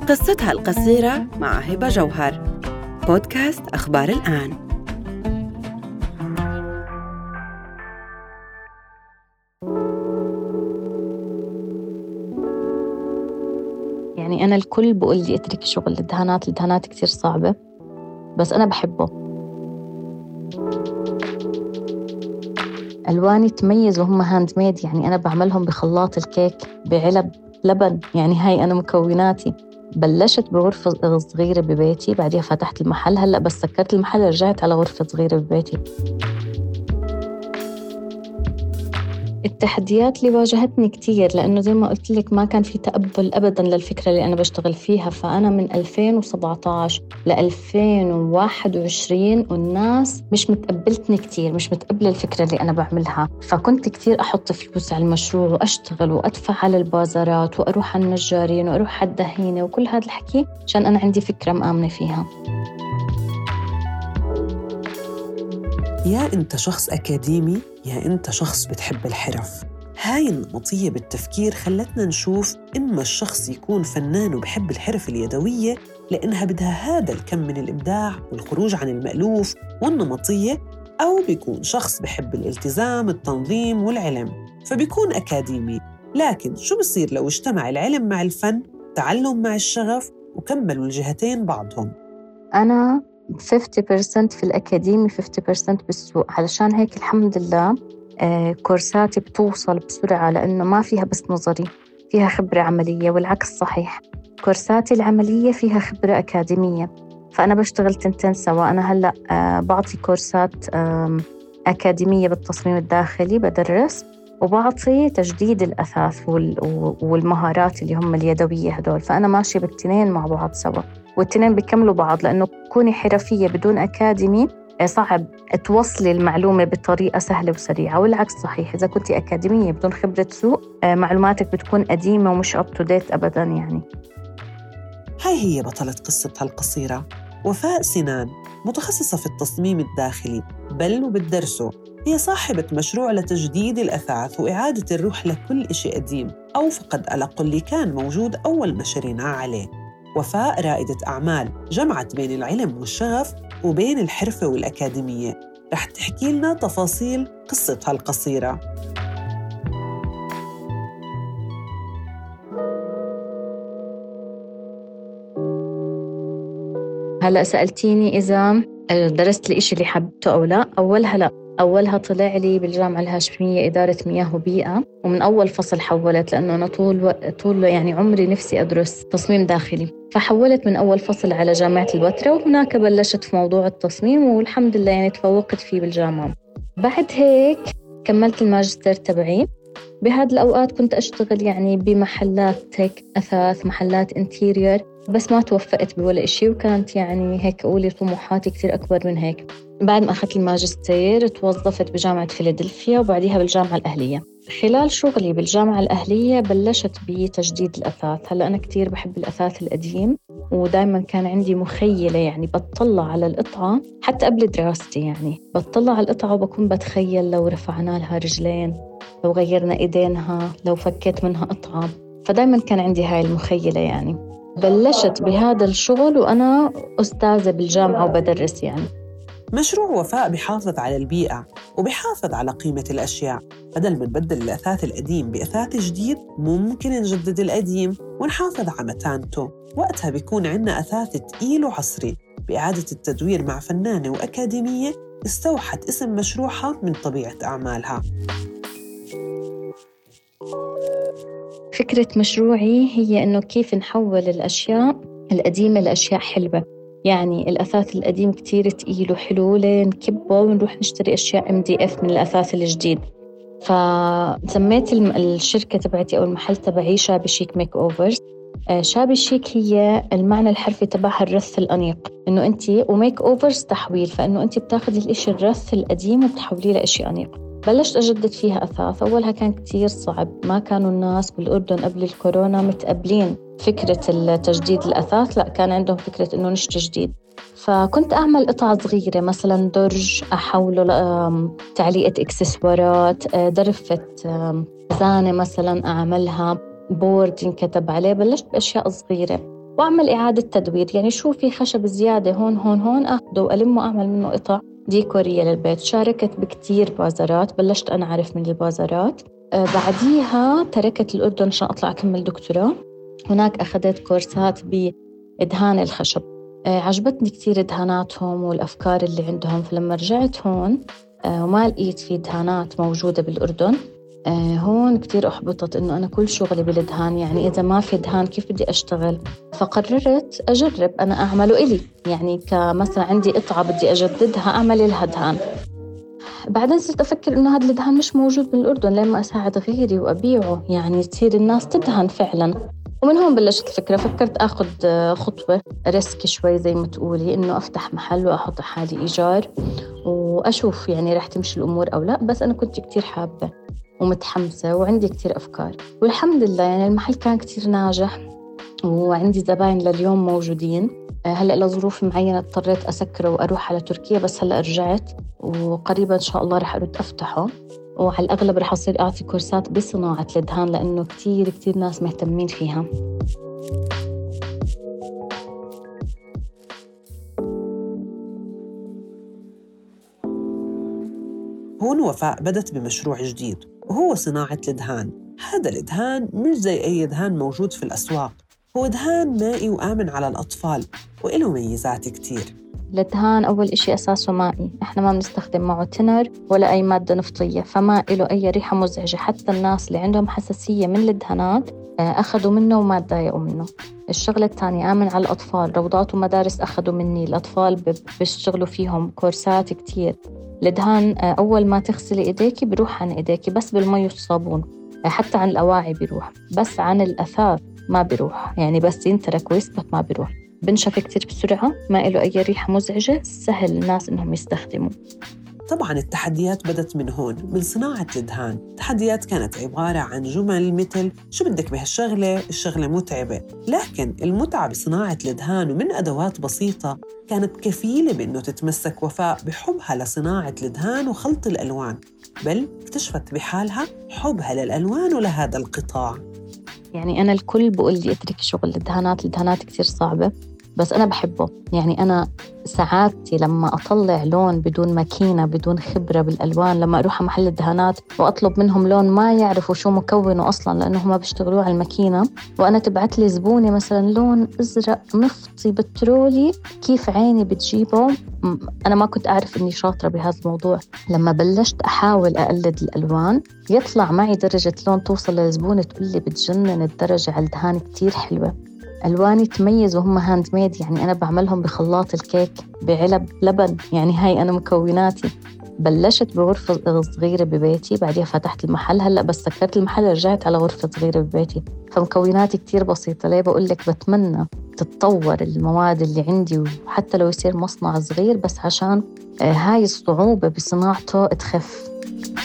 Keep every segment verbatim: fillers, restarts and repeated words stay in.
قصتها القصيرة مع هبة جوهر. بودكاست أخبار الآن. يعني أنا الكل بقول لي اترك شغل الدهانات الدهانات كتير صعبة، بس أنا بحبه. ألواني تميز وهم هاند ميد، يعني أنا بعملهم بخلاط الكيك بعلب لبن، يعني هاي أنا مكوناتي. بلشت بغرفة صغيرة ببيتي، بعدها فتحت المحل. هلأ بس سكرت المحل رجعت على غرفة صغيرة ببيتي. التحديات اللي واجهتني كتير، لأنه زي ما قلت لك ما كان في تقبل أبداً للفكرة اللي أنا بشتغل فيها. فأنا من ألفين وسبعة عشر ل ألفين وواحد وعشرين والناس مش متقبلتني كتير، مش متقبلة الفكرة اللي أنا بعملها. فكنت كتير أحط فلوس على المشروع وأشتغل وأدفع على البازارات وأروح على النجارين وأروح على الدهينة وكل هذا الحكي عشان أنا عندي فكرة مآمنة فيها. يا أنت شخص أكاديمي يا أنت شخص بتحب الحرف. هاي النمطية بالتفكير خلتنا نشوف إما الشخص يكون فنان وبحب الحرف اليدوية لأنها بدها هذا الكم من الإبداع والخروج عن المألوف والنمطية، أو بيكون شخص بحب الالتزام التنظيم والعلم فبيكون أكاديمي. لكن شو بصير لو اجتمع العلم مع الفن، تعلم مع الشغف، وكملوا الجهتين بعضهم؟ أنا خمسين بالمية في الأكاديمي خمسين بالمية بالسوق. علشان هيك الحمد لله آه كورساتي بتوصل بسرعة، لأنه ما فيها بس نظري، فيها خبرة عملية، والعكس صحيح. كورساتي العملية فيها خبرة أكاديمية، فأنا بشتغل تنتين سوا. أنا هلأ آه بعطي كورسات آه أكاديمية بالتصميم الداخلي بدرس، وبعطي تجديد الأثاث والمهارات اللي هم اليدوية هدول. فأنا ماشية بالتنين مع بعض سوا، والتنين بيكملوا بعض، لأنه كوني حرفية بدون أكاديمي صعب توصلي المعلومة بطريقة سهلة وسريعة، والعكس صحيح. إذا كنتي أكاديمية بدون خبرة سوق معلوماتك بتكون قديمة ومش up to date أبداً. يعني هاي هي بطلة قصتها القصيرة، وفاء سنان، متخصصة في التصميم الداخلي بل وبالدرسه. هي صاحبة مشروع لتجديد الأثاث وإعادة الروح لكل إشي قديم أو فقد ألق اللي كان موجود أول ما شريناه عليه. وفاء رائدة أعمال جمعت بين العلم والشغف وبين الحرفة والأكاديمية. رح تحكي لنا تفاصيل قصتها القصيرة. هلأ سألتيني إذا درست الإشي اللي حبته أو لا. أولها لا، أولها طلع لي بالجامعة الهاشمية إدارة مياه وبيئة، ومن أول فصل حولت، لأنه أنا طول طول يعني عمري نفسي أدرس تصميم داخلي، فحولت من أول فصل على جامعة البتراء، وهناك بلشت في موضوع التصميم والحمد لله يعني تفوقت فيه بالجامعة. بعد هيك كملت الماجستير تبعي. بهذه الأوقات كنت أشتغل يعني بمحلات هيك أثاث، محلات انتيريور، بس ما توفقت بولا إشي، وكانت يعني هيك أقولي طموحاتي كتير أكبر من هيك. بعد ما أخذت الماجستير توظفت بجامعة فيلادلفيا وبعديها بالجامعة الأهلية. خلال شغلي بالجامعة الأهلية بلشت بتجديد الأثاث. هلأ أنا كتير بحب الأثاث القديم، ودايما كان عندي مخيلة، يعني بتطلع على القطعة حتى قبل دراستي، يعني بتطلع على القطعة وبكون بتخيل لو رفعنا لها رجلين، لو غيرنا إيدينها، لو فكيت منها قطعة. فدايما كان عندي هاي المخيلة. يعني بلشت بهذا الشغل وأنا أستاذة بالجامعة وبدرس. يعني مشروع وفاء بحافظ على البيئة وبحافظ على قيمة الأشياء. بدل ما نبدل الأثاث القديم بأثاث جديد، ممكن نجدد القديم ونحافظ على متانته. وقتها بيكون عنا أثاث تقيل وعصري بإعادة التدوير مع فنانة وأكاديمية استوحت اسم مشروعها من طبيعة أعمالها. فكرة مشروعي هي إنه كيف نحول الأشياء القديمة لأشياء حلوة. يعني الأثاث القديم كتير تقيل وحلو، لنكبه ونروح نشتري أشياء إم دي إف من الأثاث الجديد. فسميت الشركة تبعتي أو المحل تبعي شابي شيك ميك أوفرز. شابي شيك هي المعنى الحرفي تبعها الرث الأنيق، إنه أنتي وميك أوفرز تحويل، فإنه أنتي بتاخدي الإشي الرث القديم وبتحوليه لإشي أنيق. بلشت أجدد فيها أثاث. أولها كان كتير صعب، ما كانوا الناس بالأردن قبل الكورونا متقبلين فكرة التجديد الأثاث، لا كان عندهم فكرة إنه نشتري جديد. فكنت أعمل قطع صغيرة، مثلا درج أحوله تعليقة إكسسوارات، درفة زانة مثلا أعملها، بورد ينكتب عليه. بلشت بأشياء صغيرة. وأعمل إعادة تدوير، يعني شو في خشب زيادة هون هون هون أخده وألمه أعمل منه قطع ديكورية للبيت. شاركت بكتير بازارات، بلشت أنا أعرف من البازارات. آه بعديها تركت الأردن عشان أطلع أكمل دكتوراه. هناك أخذت كورسات بإدهان الخشب. آه عجبتني كتير إدهاناتهم والأفكار اللي عندهم. فلما رجعت هون آه وما لقيت في إدهانات موجودة بالأردن، آه هون كتير أحبطت إنه أنا كل شغلي بالدهان، يعني إذا ما في دهان كيف بدي أشتغل؟ فقررت أجرب أنا أعمله إلي، يعني كمثلا عندي قطعة بدي أجددها أعمل لها دهان. بعدين صرت أفكر إنه هذا الدهان مش موجود بالأردن، لما أساعد غيري وأبيعه يعني تصير الناس تدهن فعلا. ومن هون بلشت الفكرة. فكرت أخذ خطوة ريسك شوي زي ما تقولي، إنه أفتح محل وأحط حالي إيجار وأشوف يعني رح تمشي الأمور أو لا. بس أنا كنت كتير حابة ومتحمسة وعندي كتير أفكار، والحمد لله يعني المحل كان كتير ناجح وعندي زباين لليوم موجودين. هلأ لظروف معينة اضطريت أسكره وأروح على تركيا، بس هلأ رجعت وقريبا إن شاء الله رح أرد أفتحه، وعلى الأغلب رح أصير أعطي كورسات بصناعة الدهان لأنه كتير كتير ناس مهتمين فيها. هون وفاء بدت بمشروع جديد وهو صناعة الدهان. هذا الدهان مش زي أي دهان موجود في الأسواق، هو دهان مائي وآمن على الأطفال وإله ميزات كتير. الدهان أول إشي أساسه مائي، إحنا ما بنستخدم معه تنر ولا أي مادة نفطية، فما إله أي ريحة مزعجة. حتى الناس اللي عندهم حساسية من الدهانات أخذوا منه وما تضايقوا منه. الشغلة الثانية آمن على الأطفال، روضات ومدارس أخذوا مني، الأطفال بيشتغلوا فيهم كورسات كتير. الدهان أول ما تغسلي إيديكي بروح عن إيديكي بس بالمي والصابون، حتى عن الأواعي بيروح، بس عن الأثار ما بيروح، يعني بس ينترك ويثبت ما بيروح. بنشف كتير بسرعة، ما له أي ريحة مزعجة، سهل الناس إنهم يستخدموا. طبعاً التحديات بدت من هون، من صناعة الدهان. التحديات كانت عبارة عن جمل مثل شو بدك بهالشغلة، الشغلة متعبة، لكن المتعة بصناعة الدهان ومن أدوات بسيطة كانت كفيلة بأنه تتمسك وفاء بحبها لصناعة الدهان وخلط الألوان، بل اكتشفت بحالها حبها للألوان ولهذا القطاع. يعني أنا الكل بقول لي اترك شغل الدهانات، الدهانات كتير صعبة، بس أنا بحبه. يعني أنا سعادتي لما أطلع لون بدون ماكينة، بدون خبرة بالألوان، لما أروح على محل الدهانات وأطلب منهم لون ما يعرفوا شو مكونه أصلاً لأنهم ما بيشتغلوا على الماكينة، وأنا تبعت لي زبوني مثلاً لون أزرق نفطي بترولي، كيف عيني بتجيبه. أنا ما كنت أعرف إني شاطرة بهذا الموضوع. لما بلشت أحاول أقلد الألوان يطلع معي درجة لون توصل للزبونة تقول لي بتجنن الدرجة على الدهان كتير حلوة. ألواني تميز وهم هاند ميد، يعني أنا بعملهم بخلاط الكيك بعلب لبن، يعني هاي أنا مكوناتي. بلشت بغرفة صغيرة ببيتي، بعدها فتحت المحل. هلأ بس سكرت المحل رجعت على غرفة صغيرة ببيتي، فمكوناتي كتير بسيطة. ليه بقول لك بتمنى تتطور المواد اللي عندي، وحتى لو يصير مصنع صغير بس عشان هاي الصعوبة بصناعته تخف.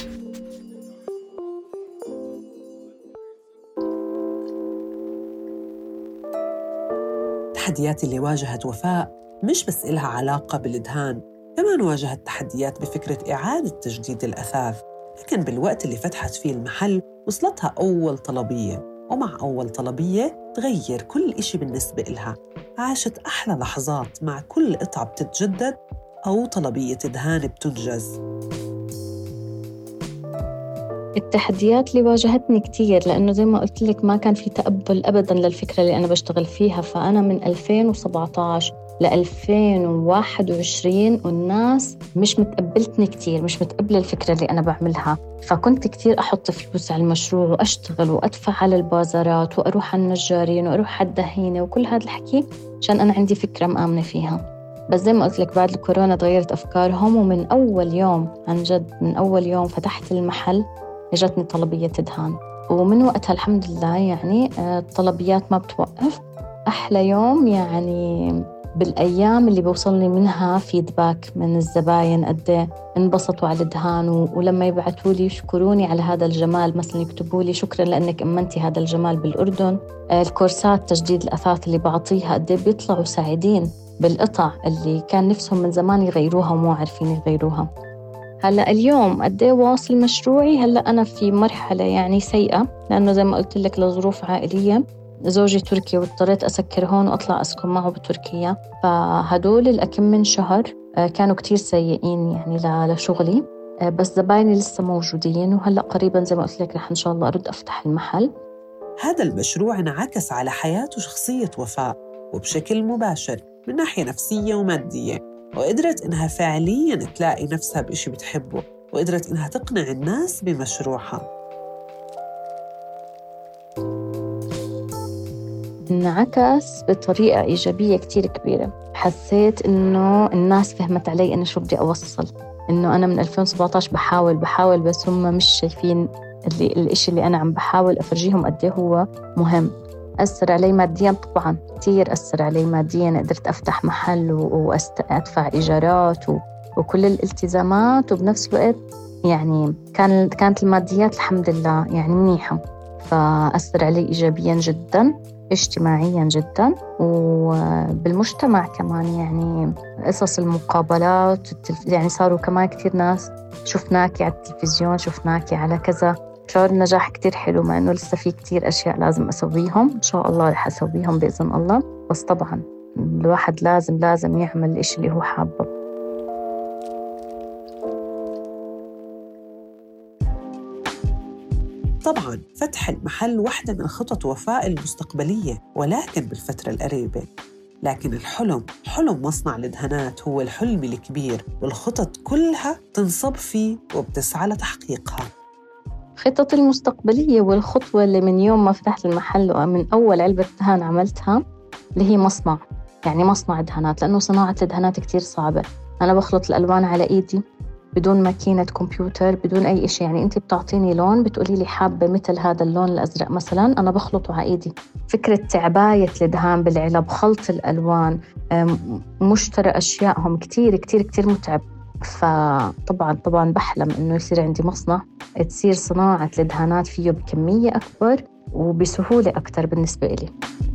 التحديات اللي واجهت وفاء مش بس إلها علاقة بالدهان، كمان واجهت تحديات بفكرة إعادة تجديد الأثاث. لكن بالوقت اللي فتحت فيه المحل وصلتها أول طلبية، ومع أول طلبية تغير كل إشي بالنسبة إلها. عاشت أحلى لحظات مع كل قطعة بتتجدد أو طلبية دهان بتنجز. التحديات اللي واجهتني كتير، لأنه زي ما قلت لك ما كان في تقبل أبداً للفكرة اللي أنا بشتغل فيها. فأنا من ألفين وسبعة عشر ل ألفين وواحد وعشرين والناس مش متقبلتني كتير، مش متقبلة الفكرة اللي أنا بعملها. فكنت كتير أحط فلوس على المشروع وأشتغل وأدفع على البازارات وأروح على النجارين وأروح على الدهينة وكل هذا الحكي عشان أنا عندي فكرة مآمنة فيها. بس زي ما قلت لك بعد الكورونا تغيرت أفكارهم، ومن أول يوم عن جد من أول يوم فتحت المحل جتني طلبية دهان، ومن وقتها الحمد لله يعني الطلبيات ما بتوقف. أحلى يوم يعني بالأيام اللي بوصلني منها فيدباك من الزباين قد انبسطوا على الدهان، ولما يبعثوا لي يشكروني على هذا الجمال، مثلا يكتبوا لي شكرا لأنك أمنتي هذا الجمال بالأردن. الكورسات تجديد الأثاث اللي بعطيها قد بيطلعوا سعيدين بالقطع اللي كان نفسهم من زمان يغيروها ومو عارفين يغيروها. هلأ اليوم قد ايه واصل مشروعي؟ هلأ أنا في مرحلة يعني سيئة، لأنه زي ما قلت لك لظروف عائلية زوجي تركي واضطريت أسكر هون وأطلع أسكن معه بتركيا. فهدول الأكم من شهر كانوا كتير سيئين يعني لشغلي، بس زبايني لسه موجودين، وهلأ قريباً زي ما قلت لك رح إن شاء الله أرد أفتح المحل. هذا المشروع انعكس على حياة وشخصية وفاء وبشكل مباشر من ناحية نفسية ومادية، وقدرت إنها فعلياً تلاقي نفسها بإشي بتحبه، وقدرت إنها تقنع الناس بمشروعها. انعكس بطريقة إيجابية كتير كبيرة. حسيت إنه الناس فهمت علي أنا شو بدي أوصل، إنه أنا من ألفين وسبعة عشر بحاول بحاول بس هم مش شايفين اللي الإشي اللي أنا عم بحاول أفرجيهم قديه هو مهم. أثر علي مادياً طبعاً كتير، أثر علي مادياً. قدرت أفتح محل وأدفع إيجارات وكل الالتزامات، وبنفس الوقت يعني كان كانت الماديات الحمد لله يعني منيحة. فأثر علي إيجابياً جداً، اجتماعياً جداً، وبالمجتمع كمان. يعني قصص المقابلات يعني صاروا كمان كتير ناس شفناكي على التلفزيون، شفناكي على كذا. شعور النجاح كتير حلو، مع إنه لسه في كتير أشياء لازم أسويهم، إن شاء الله رح أسويهم بإذن الله. بس طبعاً الواحد لازم لازم يعمل الإشي اللي هو حابه. طبعاً فتح المحل واحدة من خطط وفاء المستقبلية، ولكن بالفترة القريبة. لكن الحلم، حلم مصنع الدهانات، هو الحلم الكبير، والخطط كلها تنصب فيه وبتسعى لتحقيقها. خطتي المستقبلية والخطوة اللي من يوم ما فتحت المحل ومن أول علبة دهان عملتها اللي هي مصنع، يعني مصنع دهانات، لأنه صناعة الدهانات كتير صعبة. أنا بخلط الألوان على إيدي بدون ماكينة كمبيوتر، بدون أي إشي. يعني أنت بتعطيني لون، بتقولي لي حابة مثل هذا اللون الأزرق مثلاً، أنا بخلطه على إيدي. فكرة تعباية الدهان بالعلب، خلط الألوان، مشترى أشيائهم كتير كتير كتير متعب. فطبعاً طبعاً بحلم إنه يصير عندي مصنع تصير صناعة الدهانات فيه بكمية أكبر وبسهولة أكتر بالنسبة لي.